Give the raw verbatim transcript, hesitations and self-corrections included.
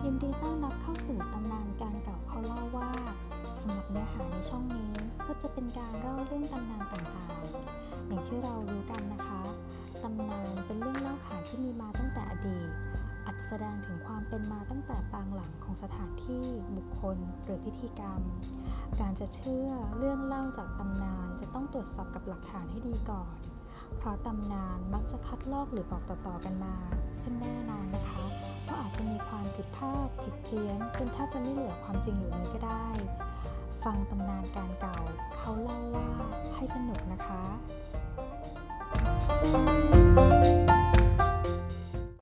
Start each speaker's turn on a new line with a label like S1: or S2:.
S1: ยินดีต้อนรับเข้าสู่ตำนานการเก่าเขาเล่าว่าสำหรับเนื้อหาในช่องนี้ก็จะเป็นการเล่าเรื่องตำนานต่างๆอย่างที่เรารู้กันนะคะตำนานเป็นเรื่องเล่าขานที่มีมาตั้งแต่อดีตอาจแสดงถึงความเป็นมาตั้งแต่ปางหลังของสถานที่บุคคลหรือพิธีกรรมการจะเชื่อเรื่องเล่าจากตำนานจะต้องตรวจสอบกับหลักฐานให้ดีก่อนเพราะตำนานมักจะคัดลอกหรือบอกต่อๆกันมาซึ่งแน่นอนนะคะว่าอาจจะมีความผิดพลาดผิดเพี้ยนจนแทบจะไม่เหลือความจริงอยู่เลยก็ได้ฟังตำนานการเก่าเขาเล่าว่าให้สนุกนะคะ